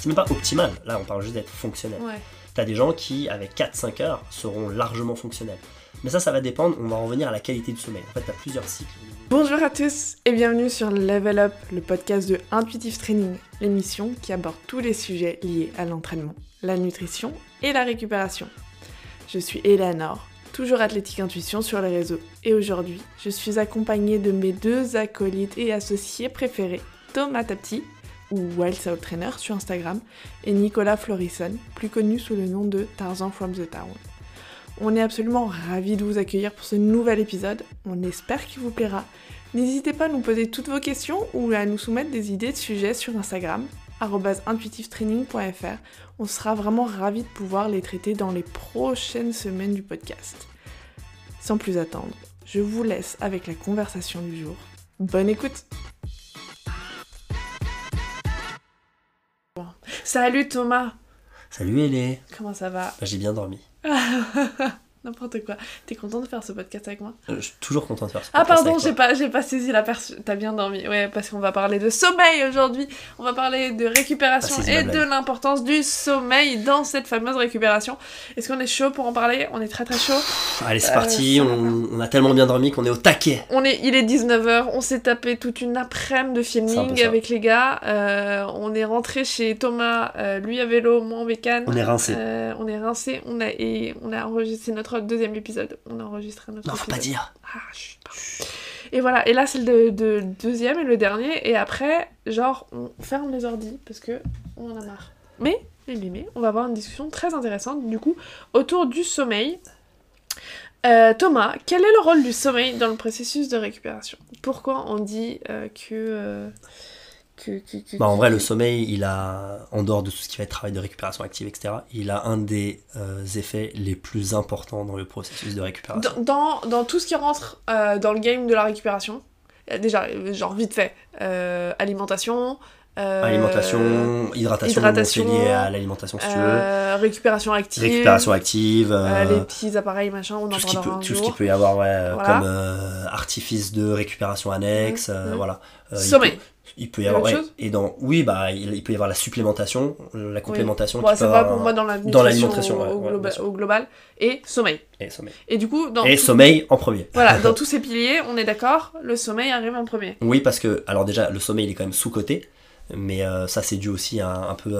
c'est même pas optimal, là on parle juste d'être fonctionnel. Ouais. T'as des gens qui, avec 4-5 heures, seront largement fonctionnels. Mais ça va dépendre, on va en revenir à la qualité du sommeil. En fait, t'as plusieurs cycles. Bonjour à tous et bienvenue sur Level Up, le podcast de Intuitive Training, l'émission qui aborde tous les sujets liés à l'entraînement, la nutrition et la récupération. Je suis Eleanor, toujours athlétique intuition sur les réseaux, et aujourd'hui, je suis accompagnée de mes deux acolytes et associés préférés, Thomas Tapti, ou Wild South Trainer sur Instagram, et Nicolas Florisson, plus connu sous le nom de Tarzan from the Town. On est absolument ravis de vous accueillir pour ce nouvel épisode, on espère qu'il vous plaira. N'hésitez pas à nous poser toutes vos questions ou à nous soumettre des idées de sujets sur Instagram, @intuitivetraining.fr. On sera vraiment ravis de pouvoir les traiter dans les prochaines semaines du podcast. Sans plus attendre, je vous laisse avec la conversation du jour. Bonne écoute! Salut Thomas! Salut Hélé! Comment ça va? J'ai bien dormi. N'importe quoi. T'es content de faire ce podcast avec moi? Je suis toujours content de faire ce podcast. Ah pardon, avec j'ai pas saisi l'aperçu. T'as bien dormi. Ouais, parce qu'on va parler de sommeil aujourd'hui. On va parler de récupération et de l'importance du sommeil dans cette fameuse récupération. Est-ce qu'on est chaud pour en parler? On est très très chaud. Allez, c'est parti. On a tellement bien dormi qu'on est au taquet. Il est 19h. On s'est tapé toute une après-midi de filming avec les gars. On est rentré chez Thomas, lui à vélo, moi en bécane. On est rincé. On a enregistré notre deuxième épisode. On a enregistré notre Non, épisode. faut pas dire. Ah, chut. Et voilà, et là c'est le deuxième et le dernier, et après, genre, on ferme les ordis parce que on en a marre. Mais, on va avoir une discussion très intéressante, du coup, autour du sommeil. Thomas, quel est le rôle du sommeil dans le processus de récupération? Pourquoi on dit En vrai, le sommeil, il a, en dehors de tout ce qui va être travail de récupération active, etc., il a un des effets les plus importants dans le processus de récupération. Dans tout ce qui rentre dans le game de la récupération, déjà, genre vite fait, alimentation, hydratation, c'est lié à l'alimentation si tu veux. Récupération active, les petits appareils, machin, on en parlera un jour. Tout ce qu'il peut y avoir voilà. Comme artifice de récupération annexe, voilà. Sommeil. Il peut y avoir, il peut y avoir la supplémentation, la complémentation. Oui. C'est pas pour moi dans l'alimentation au global. Et sommeil. Et du coup, sommeil en premier. Voilà, dans tous ces piliers, on est d'accord, le sommeil arrive en premier. Oui, parce que, alors déjà, le sommeil il est quand même sous-coté, mais ça c'est dû aussi un peu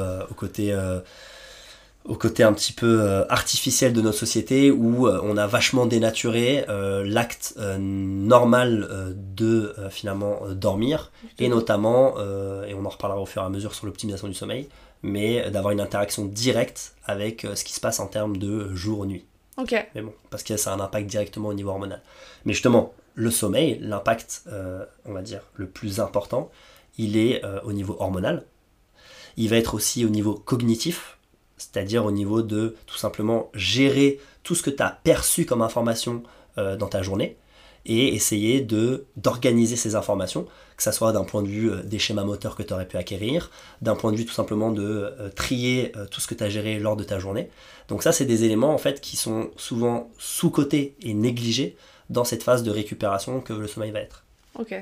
au côté un petit peu artificiel de notre société où on a vachement dénaturé l'acte normal de finalement dormir et notamment, et on en reparlera au fur et à mesure sur l'optimisation du sommeil, mais d'avoir une interaction directe avec ce qui se passe en termes de jour-nuit. Ok. Mais bon, parce que ça a un impact directement au niveau hormonal. Mais justement, le sommeil, l'impact, on va dire, le plus important, il est au niveau hormonal. Il va être aussi au niveau cognitif, c'est-à-dire au niveau de tout simplement gérer tout ce que tu as perçu comme information dans ta journée et essayer d'organiser ces informations, que ça soit d'un point de vue des schémas moteurs que tu aurais pu acquérir, d'un point de vue tout simplement de trier tout ce que tu as géré lors de ta journée. Donc ça, c'est des éléments en fait qui sont souvent sous-cotés et négligés dans cette phase de récupération que le sommeil va être. Ok.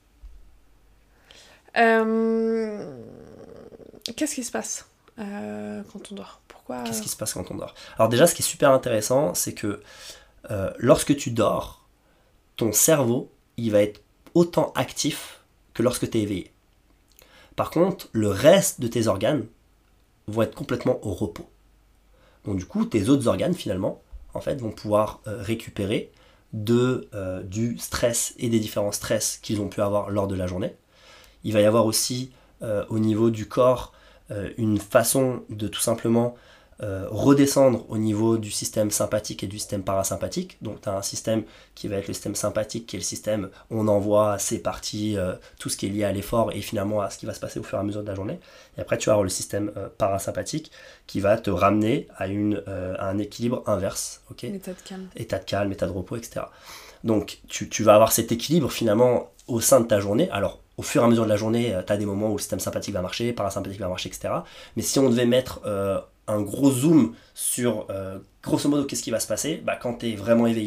Qu'est-ce qui se passe quand on dort? Pourquoi Qu'est-ce qui se passe quand on dort? Alors déjà, ce qui est super intéressant, c'est que lorsque tu dors, ton cerveau, il va être autant actif que lorsque tu es éveillé. Par contre, le reste de tes organes vont être complètement au repos. Donc du coup, tes autres organes, finalement, en fait, vont pouvoir récupérer du stress et des différents stress qu'ils ont pu avoir lors de la journée. Il va y avoir aussi, au niveau du corps, une façon de tout simplement redescendre au niveau du système sympathique et du système parasympathique. Donc tu as un système qui va être le système sympathique, qui est le système on envoie, c'est parti, tout ce qui est lié à l'effort et finalement à ce qui va se passer au fur et à mesure de la journée. Et après tu vas avoir le système parasympathique qui va te ramener à un équilibre inverse. Okay, état de calme, état de repos, etc. Donc tu vas avoir cet équilibre finalement au sein de ta journée. Alors au fur et à mesure de la journée, tu as des moments où le système sympathique va marcher, parasympathique va marcher, etc. Mais si on devait mettre un gros zoom sur grosso modo qu'est-ce qui va se passer, quand tu es vraiment éveillé,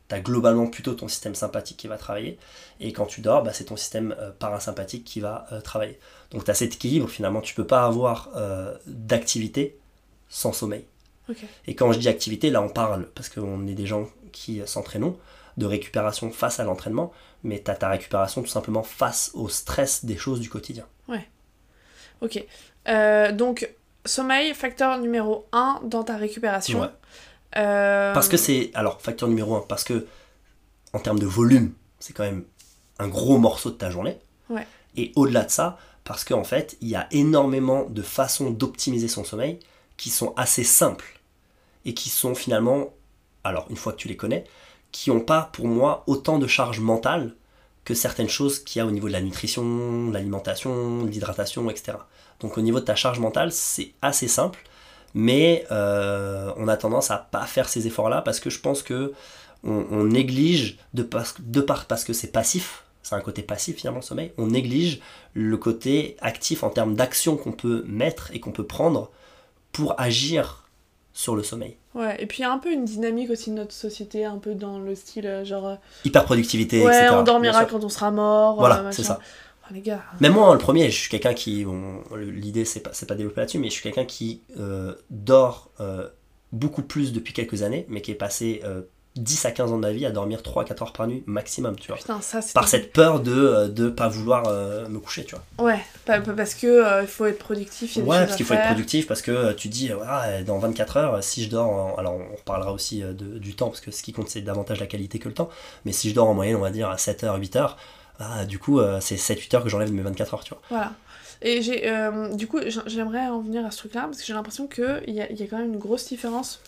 t'as globalement plutôt ton système sympathique qui va travailler, et quand tu dors, c'est ton système parasympathique qui va travailler. Donc tu as cet équilibre, finalement, tu peux pas avoir d'activité sans sommeil. Okay. Et quand je dis activité, là on parle, parce qu'on est des gens qui s'entraînons, de récupération face à l'entraînement, mais tu as ta récupération tout simplement face au stress des choses du quotidien. Ouais, ok. Donc, sommeil, facteur numéro 1 dans ta récupération. Ouais. Parce que c'est... Alors, facteur numéro 1, parce que en termes de volume, c'est quand même un gros morceau de ta journée. Ouais. Et au-delà de ça, parce qu'en fait, il y a énormément de façons d'optimiser son sommeil qui sont assez simples et qui sont finalement, alors une fois que tu les connais, qui n'ont pas pour moi autant de charge mentale que certaines choses qu'il y a au niveau de la nutrition, de l'alimentation, de l'hydratation, etc. Donc au niveau de ta charge mentale, c'est assez simple, mais on a tendance à pas faire ces efforts-là parce que je pense que on néglige, parce que c'est passif, c'est un côté passif finalement le sommeil, on néglige le côté actif en termes d'action qu'on peut mettre et qu'on peut prendre pour agir sur le sommeil. Ouais, et puis il y a un peu une dynamique aussi de notre société, un peu dans le style genre... hyper-productivité, ouais, etc. On dormira quand on sera mort. Voilà, c'est ça. Oh, les gars... Même moi, le premier, je suis quelqu'un qui... l'idée, c'est pas développé là-dessus, mais je suis quelqu'un qui dort beaucoup plus depuis quelques années, mais qui est passé 10 à 15 ans de ma vie à dormir 3-4 heures par nuit maximum, tu vois. Putain, ça, par cette peur de pas vouloir me coucher, tu vois. Ouais, parce que il faut être productif, il y a des choses parce qu'il faut à être faire. productif, parce que tu dis, dans 24 heures, si je dors, alors on reparlera aussi du temps, parce que ce qui compte c'est davantage la qualité que le temps, mais si je dors en moyenne, on va dire à 7 heures, 8 heures, du coup c'est 7-8 heures que j'enlève de mes 24 heures, tu vois. Voilà. Et du coup, j'aimerais en venir à ce truc-là, parce que j'ai l'impression qu'il y a quand même une grosse différence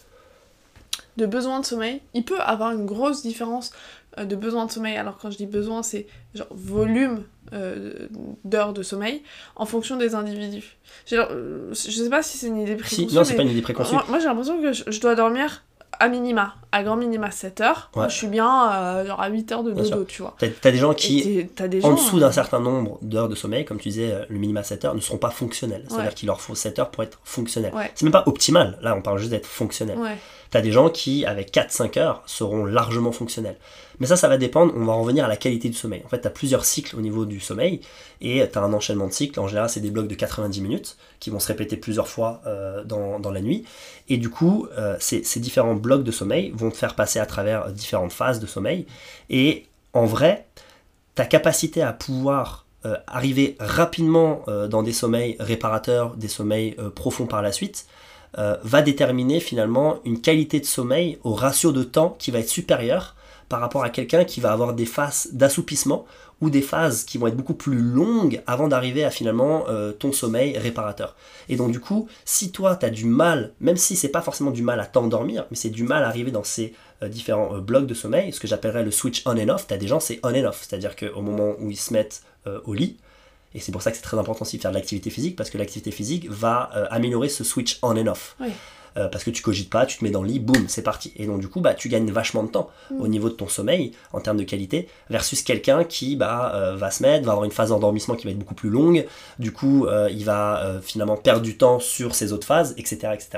de besoin de sommeil. Il peut avoir une grosse différence de besoin de sommeil, alors quand je dis besoin, c'est genre volume d'heures de sommeil, en fonction des individus. Je sais pas si c'est une idée préconçue. Non, c'est pas une idée préconçue. Moi j'ai l'impression que je dois dormir à grand minima 7 heures. Ouais. Moi, je suis bien genre à 8 heures de dodo, tu vois. T'as des gens qui, en dessous d'un certain nombre d'heures de sommeil, comme tu disais, le minima 7 heures, ne seront pas fonctionnels. C'est-à-dire qu'il leur faut 7 heures pour être fonctionnel. Ouais. C'est même pas optimal, là on parle juste d'être fonctionnel. Ouais. T'as des gens qui, avec 4-5 heures, seront largement fonctionnels. Mais ça va dépendre, on va en revenir à la qualité du sommeil. En fait, t'as plusieurs cycles au niveau du sommeil, et t'as un enchaînement de cycles. En général, c'est des blocs de 90 minutes, qui vont se répéter plusieurs fois dans la nuit. Et du coup, ces différents blocs de sommeil vont te faire passer à travers différentes phases de sommeil. Et en vrai, ta capacité à pouvoir arriver rapidement dans des sommeils réparateurs, des sommeils profonds par la suite, va déterminer finalement une qualité de sommeil au ratio de temps qui va être supérieur par rapport à quelqu'un qui va avoir des phases d'assoupissement ou des phases qui vont être beaucoup plus longues avant d'arriver à finalement ton sommeil réparateur. Et donc du coup, si toi tu as du mal, même si c'est pas forcément du mal à t'endormir, mais c'est du mal à arriver dans ces différents blocs de sommeil, ce que j'appellerais le switch on and off, tu as des gens c'est on and off, c'est-à-dire qu'au moment où ils se mettent au lit, et c'est pour ça que c'est très important aussi de faire de l'activité physique, parce que l'activité physique va améliorer ce switch on and off. Oui. Parce que tu cogites pas, tu te mets dans le lit, boum, c'est parti. Et donc du coup, tu gagnes vachement de temps au niveau de ton sommeil, en termes de qualité, versus quelqu'un qui va se mettre, va avoir une phase d'endormissement qui va être beaucoup plus longue, du coup, il va finalement perdre du temps sur ses autres phases, etc. etc.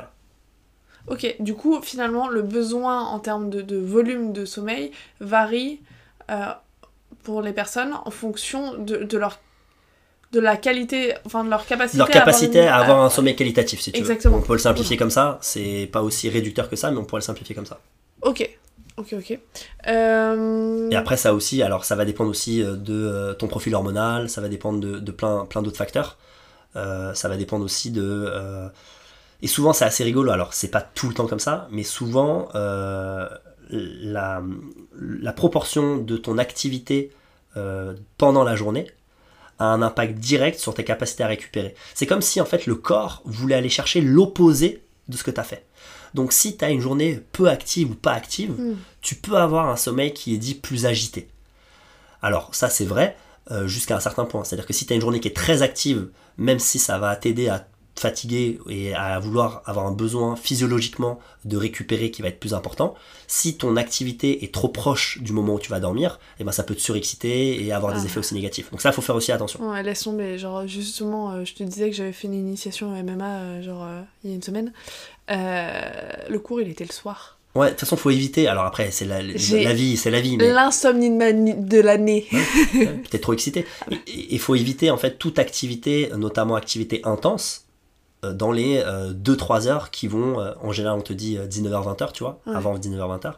Ok, du coup, finalement, le besoin en termes de volume de sommeil varie pour les personnes en fonction de la qualité, enfin de leur capacité, à avoir un sommeil qualitatif, si tu Exactement. veux. On peut le simplifier comme ça, c'est pas aussi réducteur que ça, mais on pourrait le simplifier comme ça. Ok. Et après ça aussi, alors ça va dépendre aussi de ton profil hormonal, ça va dépendre de plein d'autres facteurs, ça va dépendre aussi et souvent c'est assez rigolo, alors c'est pas tout le temps comme ça, mais souvent la proportion de ton activité pendant la journée a un impact direct sur tes capacités à récupérer. C'est comme si en fait le corps voulait aller chercher l'opposé de ce que tu as fait. Donc si tu as une journée peu active ou pas active, tu peux avoir un sommeil qui est dit plus agité. Alors ça c'est vrai jusqu'à un certain point. C'est-à-dire que si tu as une journée qui est très active, même si ça va t'aider à te fatiguer et à vouloir avoir un besoin physiologiquement de récupérer qui va être plus important, si ton activité est trop proche du moment où tu vas dormir, ça peut te surexciter et avoir des effets aussi négatifs. Donc ça, il faut faire aussi attention. Ouais, laisse tomber. Genre, justement, je te disais que j'avais fait une initiation au MMA il y a une semaine. Le cours, il était le soir. Ouais, de toute façon, faut éviter. Alors après, c'est la vie, c'est la vie. Mais... L'insomnie de l'année. Peut-être trop excité. Il faut éviter en fait toute activité, notamment activité intense, dans les 2-3 heures qui vont, en général on te dit 19h-20h, tu vois, avant 19h-20h.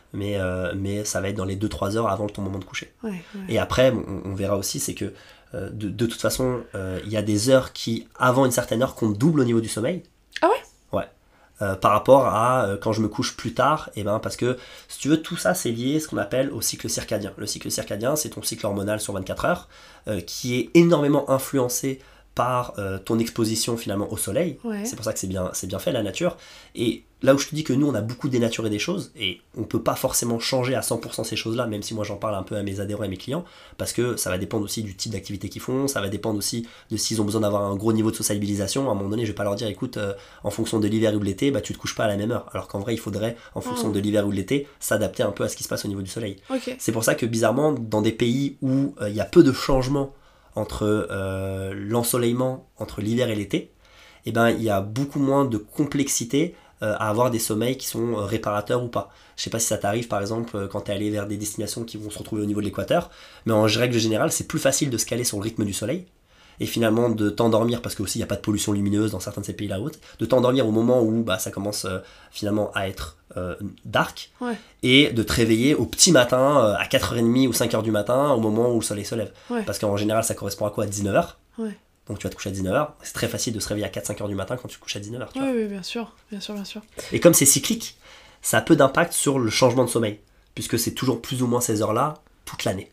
Mais ça va être dans les 2-3 heures avant ton moment de coucher. Et après, on verra aussi, c'est que de toute façon, il y a des heures qui, avant une certaine heure, comptent double au niveau du sommeil. Ah ouais ? Ouais. Par rapport à quand je me couche plus tard, et ben parce que si tu veux, tout ça c'est lié ce qu'on appelle au cycle circadien. Le cycle circadien, c'est ton cycle hormonal sur 24 heures qui est énormément influencé par ton exposition finalement au soleil. C'est pour ça que c'est bien fait la nature. Et là où je te dis que nous on a beaucoup dénaturé des choses et on peut pas forcément changer à 100% ces choses là, même si moi j'en parle un peu à mes adhérents et à mes clients, parce que ça va dépendre aussi du type d'activité qu'ils font, ça va dépendre aussi de s'ils ont besoin d'avoir un gros niveau de sociabilisation. À un moment donné je vais pas leur dire écoute en fonction de l'hiver ou de l'été tu te couches pas à la même heure, alors qu'en vrai il faudrait en fonction de l'hiver ou de l'été s'adapter un peu à ce qui se passe au niveau du soleil. C'est pour ça que bizarrement dans des pays où il y a peu de changements entre l'ensoleillement entre l'hiver et l'été, il y a beaucoup moins de complexité à avoir des sommeils qui sont réparateurs ou pas. Je sais pas si ça t'arrive par exemple quand tu es allé vers des destinations qui vont se retrouver au niveau de l'équateur, mais en règle générale c'est plus facile de se caler sur le rythme du soleil et finalement de t'endormir, parce qu'aussi il n'y a pas de pollution lumineuse dans certains de ces pays-là, de t'endormir au moment où ça commence finalement à être dark, et de te réveiller au petit matin à 4h30 ou 5h du matin au moment où le soleil se lève. Parce qu'en général ça correspond à quoi? À 19h. Donc tu vas te coucher à 19h, c'est très facile de se réveiller à 4-5h du matin quand tu te couches à 19h. Oui, bien sûr. Et comme c'est cyclique, ça a peu d'impact sur le changement de sommeil, puisque c'est toujours plus ou moins ces heures-là toute l'année.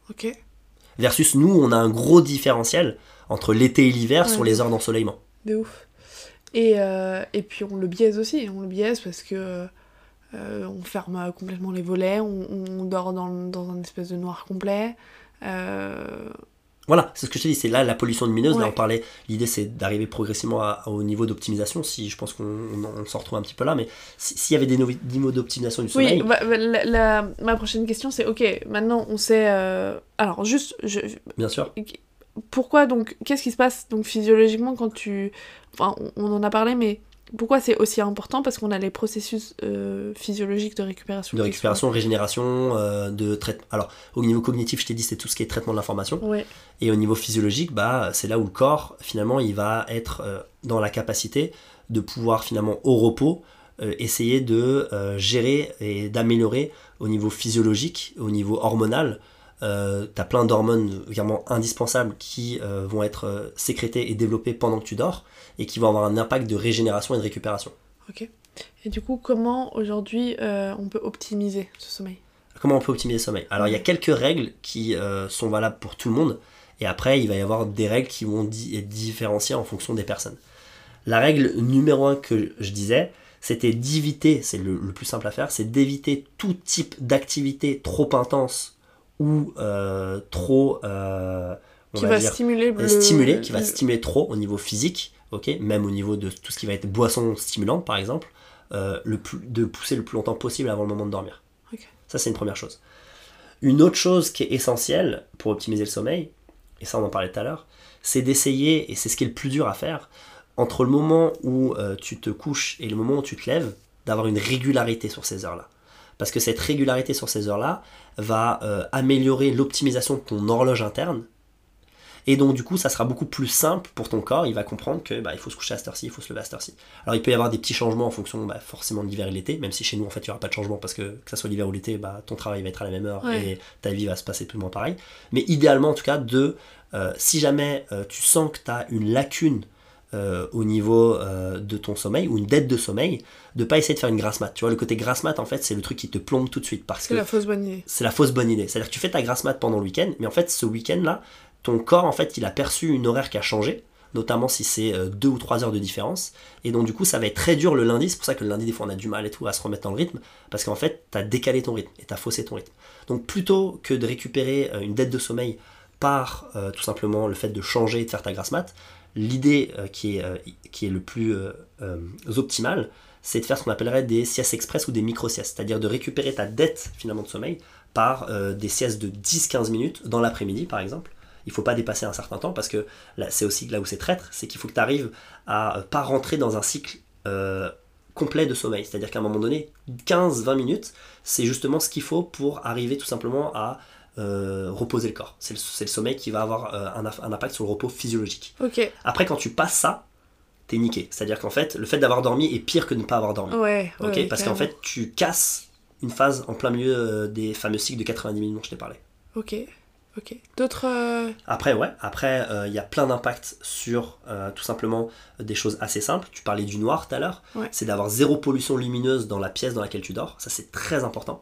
Versus nous, on a un gros différentiel entre l'été et l'hiver sur les heures d'ensoleillement. De ouf. Et puis on le biaise aussi, parce que on ferme complètement les volets, on dort dans un espèce de noir complet. Voilà, c'est ce que je te dis, c'est là la pollution lumineuse, là on parlait, l'idée c'est d'arriver progressivement au niveau d'optimisation, si je pense qu'on s'en retrouve un petit peu là, mais s'il y avait des niveaux d'optimisation du sommeil... Ma prochaine question c'est, ok, maintenant on sait... alors juste... Bien sûr. Pourquoi donc, qu'est-ce qui se passe donc physiologiquement quand tu... Enfin, on en a parlé, mais... Pourquoi c'est aussi important? Parce qu'on a les processus physiologiques de récupération. Régénération, de traitement. Alors, au niveau cognitif, je t'ai dit, c'est tout ce qui est traitement de l'information. Et au niveau physiologique, c'est là où le corps, finalement, il va être dans la capacité de pouvoir, finalement, au repos, essayer de gérer et d'améliorer au niveau physiologique, au niveau hormonal. T'as plein d'hormones vraiment indispensables qui vont être sécrétées et développées pendant que tu dors et qui vont avoir un impact de régénération et de récupération. Ok. Et du coup, comment aujourd'hui on peut optimiser ce sommeil? Comment on peut optimiser le sommeil? Alors il y a quelques règles qui sont valables pour tout le monde, et après il va y avoir des règles qui vont être différenciées en fonction des personnes. La règle numéro 1 que je disais, c'était d'éviter, c'est le plus simple à faire, c'est d'éviter tout type d'activité trop intense ou trop qui va stimuler trop au niveau physique, même au niveau de tout ce qui va être boisson stimulante par exemple, de pousser le plus longtemps possible avant le moment de dormir. Ça c'est une première chose. Une autre chose qui est essentielle pour optimiser le sommeil, et ça on en parlait tout à l'heure, c'est d'essayer, et c'est ce qui est le plus dur à faire, entre le moment où tu te couches et le moment où tu te lèves, d'avoir une régularité sur ces heures-là. Parce que cette régularité sur ces heures-là va améliorer l'optimisation de ton horloge interne. Et donc du coup, ça sera beaucoup plus simple pour ton corps. Il va comprendre que il faut se coucher à cette heure-ci, il faut se lever à cette heure-ci. Alors il peut y avoir des petits changements en fonction forcément de l'hiver et de l'été, même si chez nous en fait il n'y aura pas de changement parce que ça soit l'hiver ou l'été, ton travail va être à la même heure et ta vie va se passer plus ou moins pareil. Mais idéalement en tout cas, si jamais tu sens que tu as une lacune au niveau de ton sommeil ou une dette de sommeil, de pas essayer de faire une grasse mat. Tu vois, le côté grasse mat en fait c'est le truc qui te plombe tout de suite parce que la fausse bonne idée. C'est la fausse bonne idée. C'est-à-dire que tu fais ta grasse mat pendant le week-end, mais en fait ce week-end là, ton corps en fait il a perçu une horaire qui a changé, notamment si c'est 2 ou 3 heures de différence, et donc du coup ça va être très dur le lundi. C'est pour ça que le lundi des fois on a du mal et tout à se remettre dans le rythme, parce qu'en fait t'as décalé ton rythme et t'as faussé ton rythme. Donc plutôt que de récupérer une dette de sommeil par tout simplement le fait de changer et de faire ta grasse mat, l'idée qui est le plus optimale, c'est de faire ce qu'on appellerait des siestes express ou des micro-siestes, c'est-à-dire de récupérer ta dette finalement de sommeil par des siestes de 10-15 minutes dans l'après-midi par exemple. Il ne faut pas dépasser un certain temps parce que là, c'est aussi là où c'est traître, c'est qu'il faut que tu arrives à pas rentrer dans un cycle complet de sommeil. C'est-à-dire qu'à un moment donné, 15-20 minutes, c'est justement ce qu'il faut pour arriver tout simplement à reposer le corps. C'est le sommeil qui va avoir un impact sur le repos physiologique. Ok. Après, quand tu passes ça, t'es niqué. C'est-à-dire qu'en fait, le fait d'avoir dormi est pire que de ne pas avoir dormi. Ouais. Parce qu'en fait, tu casses une phase en plein milieu des fameux cycles de 90 minutes dont je t'ai parlé. Ok. D'autres... Après, il y a plein d'impacts sur tout simplement des choses assez simples. Tu parlais du noir tout à l'heure. Ouais. C'est d'avoir zéro pollution lumineuse dans la pièce dans laquelle tu dors. Ça, c'est très important.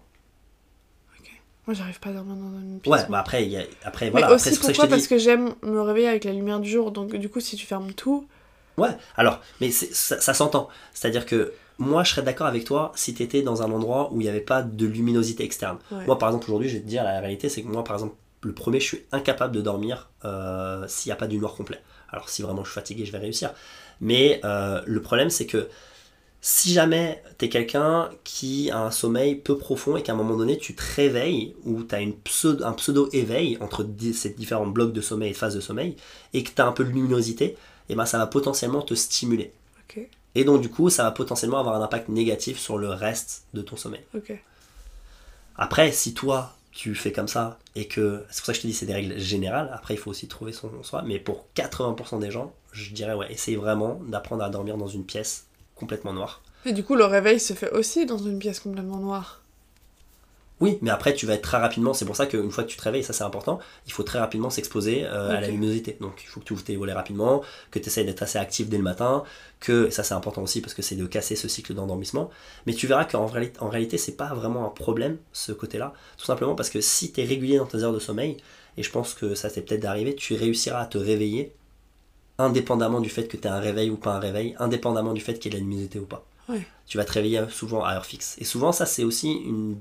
Moi, j'arrive pas à dormir dans une pièce. Ouais, bah après, Mais voilà. aussi, Après, pourquoi ? Parce que j'aime me réveiller avec la lumière du jour. Donc, du coup, si tu fermes tout... Ouais, alors, mais ça s'entend. C'est-à-dire que moi, je serais d'accord avec toi si tu étais dans un endroit où il n'y avait pas de luminosité externe. Ouais. Moi, par exemple, aujourd'hui, je vais te dire, la réalité, c'est que moi, par exemple, le premier, je suis incapable de dormir s'il n'y a pas du noir complet. Alors, si vraiment je suis fatigué, je vais réussir. Mais le problème, c'est que si jamais tu es quelqu'un qui a un sommeil peu profond et qu'à un moment donné, tu te réveilles ou tu as un pseudo-éveil entre ces différents blocs de sommeil et phases de sommeil et que tu as un peu de luminosité, et ben ça va potentiellement te stimuler. Ok. Et donc du coup, ça va potentiellement avoir un impact négatif sur le reste de ton sommeil. Ok. Après, si toi, tu fais comme ça, et que... C'est pour ça que je te dis, c'est des règles générales. Après, il faut aussi trouver son soi. Mais pour 80% des gens, je dirais, ouais, essaye vraiment d'apprendre à dormir dans une pièce complètement noire. Et du coup, le réveil se fait aussi dans une pièce complètement noire. Oui, mais après, tu vas être très rapidement... C'est pour ça qu'une fois que tu te réveilles, ça c'est important, il faut très rapidement s'exposer à la luminosité. Donc, il faut que tu ouvres tes volets rapidement, que tu essayes d'être assez actif dès le matin, que... Ça c'est important aussi, parce que c'est de casser ce cycle d'endormissement. Mais tu verras qu'en réalité, c'est pas vraiment un problème, ce côté-là. Tout simplement parce que si tu es régulier dans tes heures de sommeil, et je pense que ça t'est peut-être d'arriver, tu réussiras à te réveiller indépendamment du fait que tu aies un réveil ou pas un réveil, indépendamment du fait qu'il y ait de la luminosité ou pas. Ouais. Tu vas te réveiller souvent à heure fixe. Et souvent, ça c'est aussi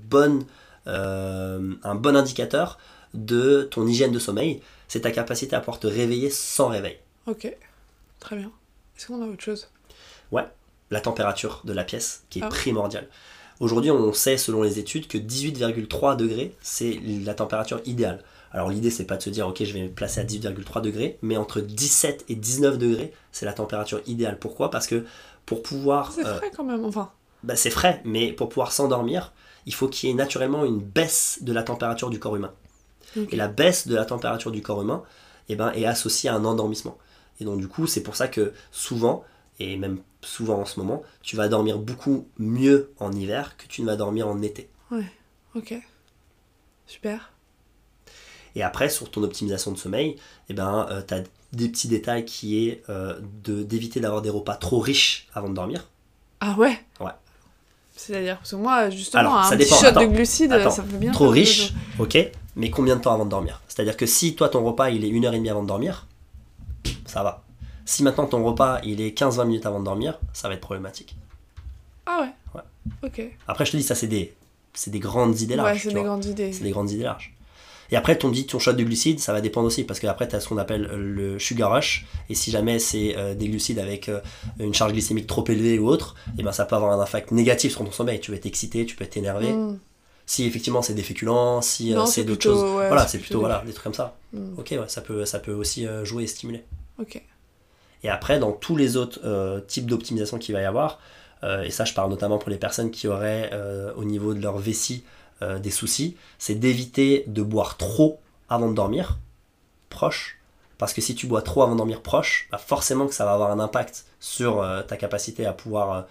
un bon indicateur de ton hygiène de sommeil. C'est ta capacité à pouvoir te réveiller sans réveil. Ok. Très bien. Est-ce qu'on a autre chose ? Ouais, la température de la pièce qui est primordiale. Aujourd'hui, on sait selon les études que 18,3 degrés, c'est la température idéale. Alors l'idée, c'est pas de se dire, ok, je vais me placer à 18,3 degrés, mais entre 17 et 19 degrés, c'est la température idéale. Pourquoi ? Parce que pour pouvoir... C'est frais quand même, enfin. Bah, c'est frais, mais pour pouvoir s'endormir, il faut qu'il y ait naturellement une baisse de la température du corps humain. Okay. Et la baisse de la température du corps humain est associée à un endormissement. Et donc du coup, c'est pour ça que souvent, et même souvent en ce moment, tu vas dormir beaucoup mieux en hiver que tu ne vas dormir en été. Ouais, ok. Super. Et après, sur ton optimisation de sommeil, tu as des petits détails qui est d'éviter d'avoir des repas trop riches avant de dormir. Ah ouais ? Ouais. C'est-à-dire, parce que moi, justement, alors, un petit shot de glucides, ça peut bien... Trop riche, ok, mais combien de temps avant de dormir ? C'est-à-dire que si toi, ton repas, il est 1h30 avant de dormir, ça va. Si maintenant, ton repas, il est 15-20 minutes avant de dormir, ça va être problématique. Ah ouais ? Ouais. Ok. Après, je te dis, ça, c'est des grandes idées larges. Ouais, c'est des grandes idées. C'est des grandes idées larges. Et après, ton shot de glucides, ça va dépendre aussi, parce qu'après, tu as ce qu'on appelle le sugar rush, et si jamais c'est des glucides avec une charge glycémique trop élevée ou autre, et ben ça peut avoir un impact négatif sur ton sommeil. Tu vas être excité, tu peux être énervé. Si effectivement c'est des féculents, si c'est d'autres choses, ouais, voilà, c'est plutôt des trucs comme ça. Ok, ouais, ça peut aussi jouer et stimuler. Ok. Et après, dans tous les autres types d'optimisation qu'il va y avoir, et ça je parle notamment pour les personnes qui auraient au niveau de leur vessie des soucis, c'est d'éviter de boire trop avant de dormir, proche, parce que si tu bois trop avant de dormir proche, bah forcément que ça va avoir un impact sur ta capacité à pouvoir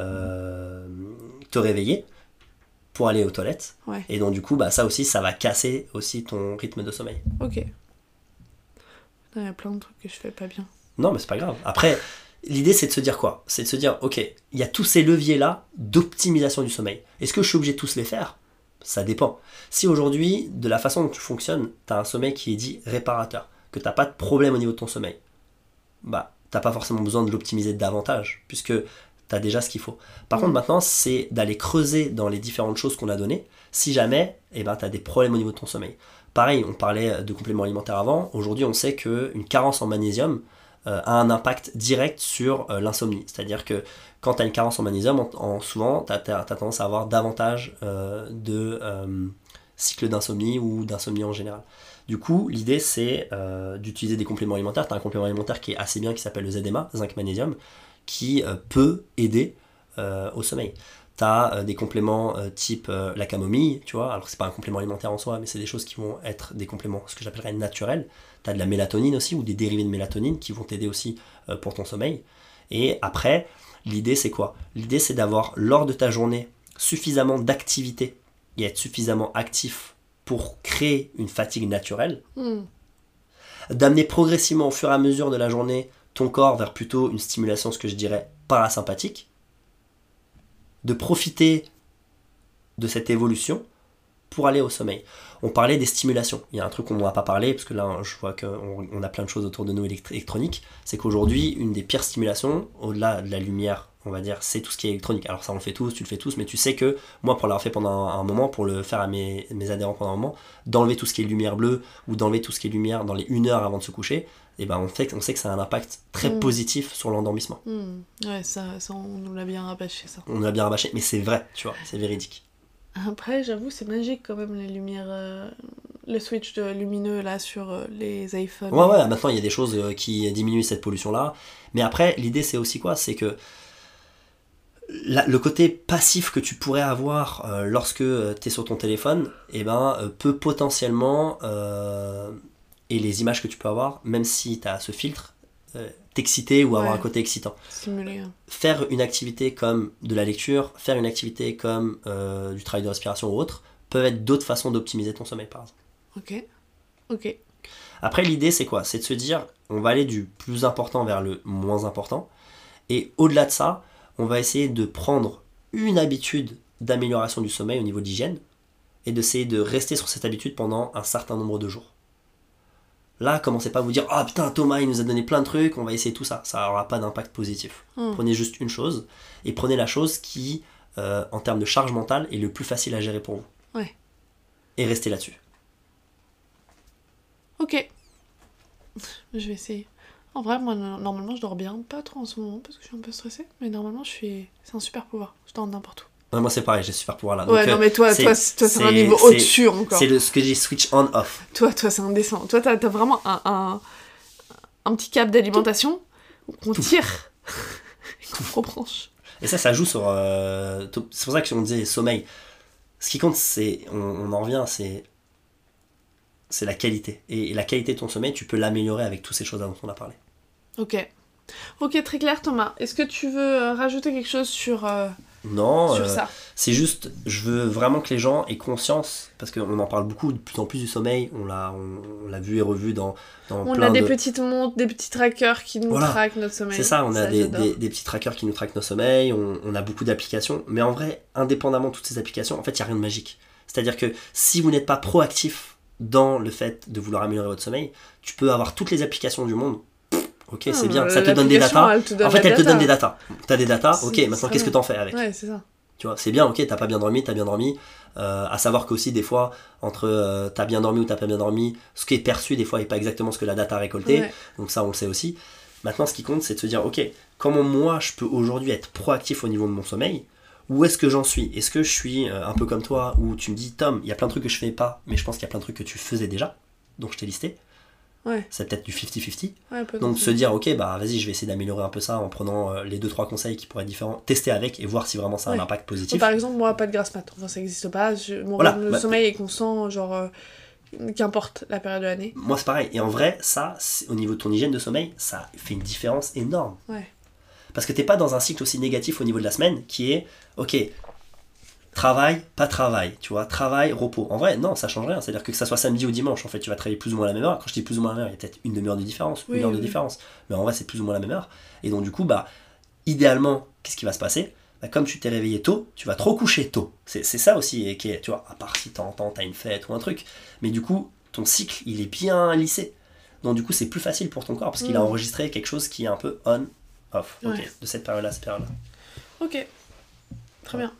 te réveiller pour aller aux toilettes, ouais. Et donc du coup bah, ça aussi ça va casser aussi ton rythme de sommeil. Ok. Il y a plein de trucs que je fais pas bien. Non mais c'est pas grave. Après l'idée c'est de se dire quoi ? C'est de se dire ok, il y a tous ces leviers là d'optimisation du sommeil. Est-ce que je suis obligé de tous les faire ? Ça dépend. Si aujourd'hui, de la façon dont tu fonctionnes, tu as un sommeil qui est dit réparateur, que tu n'as pas de problème au niveau de ton sommeil, bah, tu n'as pas forcément besoin de l'optimiser davantage, puisque tu as déjà ce qu'il faut. Par contre, maintenant, c'est d'aller creuser dans les différentes choses qu'on a données, si jamais tu as des problèmes au niveau de ton sommeil. Pareil, on parlait de compléments alimentaires avant, aujourd'hui on sait qu'une carence en magnésium a un impact direct sur l'insomnie. C'est-à-dire que quand tu as une carence en magnésium, souvent tu as tendance à avoir davantage de cycles d'insomnie ou d'insomnie en général. Du coup, l'idée c'est d'utiliser des compléments alimentaires. Tu as un complément alimentaire qui est assez bien qui s'appelle le ZMA, zinc magnésium, qui peut aider au sommeil. Tu as des compléments type la camomille, tu vois, alors c'est pas un complément alimentaire en soi, mais c'est des choses qui vont être des compléments, ce que j'appellerais naturels. Tu as de la mélatonine aussi, ou des dérivés de mélatonine qui vont t'aider aussi pour ton sommeil. Et après, l'idée c'est quoi? L'idée c'est d'avoir lors de ta journée suffisamment d'activité et être suffisamment actif pour créer une fatigue naturelle, d'amener progressivement au fur et à mesure de la journée ton corps vers plutôt une stimulation, ce que je dirais parasympathique, de profiter de cette évolution pour aller au sommeil. On parlait des stimulations. Il y a un truc qu'on n'a pas parlé, parce que là, je vois qu'on a plein de choses autour de nous électroniques, c'est qu'aujourd'hui, une des pires stimulations, au-delà de la lumière, on va dire, c'est tout ce qui est électronique. Alors ça, on le fait tous, tu le fais tous, mais tu sais que moi, pour l'avoir fait pendant un moment, pour le faire à mes adhérents pendant un moment, d'enlever tout ce qui est lumière bleue, ou d'enlever tout ce qui est lumière dans les 1 heure avant de se coucher, et ben on sait que ça a un impact très positif sur l'endormissement. Ouais, ça, on nous l'a bien rabâché, ça. On nous l'a bien rabâché, mais c'est vrai, tu vois, c'est véridique. Après, j'avoue, c'est magique quand même, les lumières, le switch lumineux là sur les iPhones. Ouais, maintenant il y a des choses qui diminuent cette pollution-là. Mais après, l'idée c'est aussi quoi? C'est que le côté passif que tu pourrais avoir lorsque tu es sur ton téléphone, peut potentiellement, et les images que tu peux avoir, même si tu as ce filtre, t'exciter ou avoir un côté excitant. Stimuler. Faire une activité comme de la lecture, faire une activité comme du travail de respiration ou autre, peuvent être d'autres façons d'optimiser ton sommeil par exemple. Ok. Après l'idée c'est quoi? C'est de se dire, on va aller du plus important vers le moins important, et au-delà de ça, on va essayer de prendre une habitude d'amélioration du sommeil au niveau de l'hygiène, et d'essayer de rester sur cette habitude pendant un certain nombre de jours. Là, commencez pas à vous dire « Ah putain, Thomas, il nous a donné plein de trucs, on va essayer tout ça. » Ça n'aura pas d'impact positif. Prenez juste une chose, et prenez la chose qui, en termes de charge mentale, est le plus facile à gérer pour vous. Ouais. Et restez là-dessus. Ok. Je vais essayer. En vrai, moi, normalement, je dors bien. Pas trop en ce moment, parce que je suis un peu stressée. Mais normalement, c'est un super pouvoir. Je dors n'importe où. Ouais, moi c'est pareil, j'ai ce super pouvoir là. Ouais, non mais toi c'est un niveau au-dessus encore. C'est ce que j'ai switch on off. Toi c'est indécent. Toi t'as vraiment un petit câble d'alimentation qu'on tire et qu'on rebranche. Et ça joue sur... c'est pour ça qu'on disait sommeil. Ce qui compte, c'est... On en revient, c'est la qualité. Et la qualité de ton sommeil, tu peux l'améliorer avec toutes ces choses dont on a parlé. Ok, très clair Thomas. Est-ce que tu veux rajouter quelque chose sur... Non, ça. C'est juste, je veux vraiment que les gens aient conscience, parce qu'on en parle beaucoup de plus en plus du sommeil, on l'a vu et revu dans on plein a des petites montres, des petits trackers qui nous traquent notre sommeil. C'est ça, on a des petits trackers qui nous traquent nos sommeils, on a beaucoup d'applications, mais en vrai, indépendamment de toutes ces applications, en fait, il n'y a rien de magique. C'est-à-dire que si vous n'êtes pas proactif dans le fait de vouloir améliorer votre sommeil, tu peux avoir toutes les applications du monde. Ok, c'est bien, ça te donne des datas. Elle te donne des datas. T'as des datas, ok, maintenant qu'est-ce que t'en fais avec? Ouais, c'est ça. Tu vois, c'est bien, ok, t'as bien dormi. À savoir qu'aussi, des fois, entre t'as bien dormi ou t'as pas bien dormi, ce qui est perçu, des fois, n'est pas exactement ce que la data a récolté. Ouais. Donc ça, on le sait aussi. Maintenant, ce qui compte, c'est de se dire, ok, comment moi, je peux aujourd'hui être proactif au niveau de mon sommeil? Où est-ce que j'en suis? Est-ce que je suis un peu comme toi, où tu me dis, Tom, il y a plein de trucs que je fais pas, mais je pense qu'il y a plein de trucs que tu faisais déjà, donc je t'ai listé. Ouais. C'est peut-être du 50-50. Ouais, donc se dire, ok, bah vas-y, je vais essayer d'améliorer un peu ça en prenant les 2-3 conseils qui pourraient être différents, tester avec et voir si vraiment ça a un impact positif. Donc, par exemple, moi, pas de grasse mat, enfin ça n'existe pas. Mon rythme de sommeil est constant, genre, qu'importe la période de l'année. Moi, c'est pareil. Et en vrai, ça, au niveau de ton hygiène de sommeil, ça fait une différence énorme. Ouais. Parce que t'es pas dans un cycle aussi négatif au niveau de la semaine qui est, ok, travail, pas travail, tu vois, travail, repos. En vrai, non, ça change rien. C'est-à-dire que ça soit samedi ou dimanche, en fait, tu vas travailler plus ou moins à la même heure. Quand je dis plus ou moins à la même heure, il y a peut-être une demi-heure de différence, une heure de différence. Mais en vrai, c'est plus ou moins la même heure. Et donc, du coup, bah, idéalement, qu'est-ce qui va se passer? Bah, comme tu t'es réveillé tôt, tu vas te recoucher tôt. C'est ça aussi, qui est, tu vois, à part si t'entends, t'as une fête ou un truc. Mais du coup, ton cycle, il est bien lissé. Donc, du coup, c'est plus facile pour ton corps parce qu'il a enregistré quelque chose qui est un peu on, off. Ok, de cette période-là à cette période-là. Ok, très bien.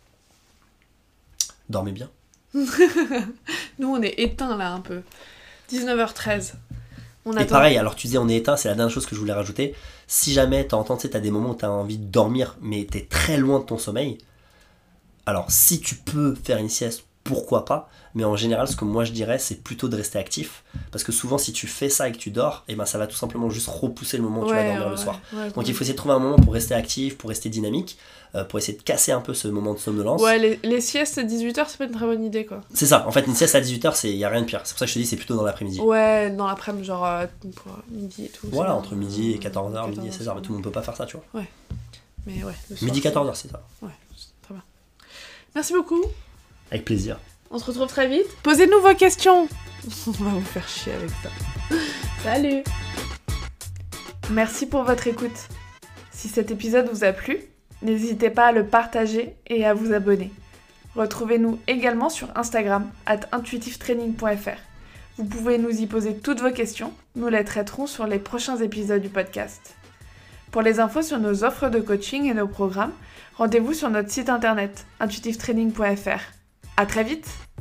Dormez bien. Nous, on est éteints là un peu. 19h13. Et pareil, alors tu disais on est éteint, c'est la dernière chose que je voulais rajouter. Si jamais t'as des moments où t'as envie de dormir, mais t'es très loin de ton sommeil, alors si tu peux faire une sieste, pourquoi pas, mais en général ce que moi je dirais c'est plutôt de rester actif, parce que souvent si tu fais ça et que tu dors, et ben ça va tout simplement juste repousser le moment où tu vas dormir le soir. Donc il faut essayer de trouver un moment pour rester actif, pour rester dynamique, pour essayer de casser un peu ce moment de somnolence. Ouais, les siestes à 18h c'est pas une très bonne idée quoi. C'est ça, en fait une sieste à 18h, il n'y a rien de pire, c'est pour ça que je te dis c'est plutôt dans l'après-midi. Ouais, dans l'après-midi, genre midi et tout. Voilà, entre midi et 14h, midi et 16h, mais tout le monde peut pas faire ça, tu vois. Ouais, mais ouais. Midi 14h, c'est ça. Ouais, c'est très bien. Merci beaucoup. Avec plaisir. On se retrouve très vite. Posez-nous vos questions. On va vous faire chier avec ça. Salut. Merci pour votre écoute. Si cet épisode vous a plu, n'hésitez pas à le partager et à vous abonner. Retrouvez-nous également sur Instagram @intuitivetraining.fr. Vous pouvez nous y poser toutes vos questions. Nous les traiterons sur les prochains épisodes du podcast. Pour les infos sur nos offres de coaching et nos programmes, rendez-vous sur notre site internet intuitivetraining.fr. À très vite!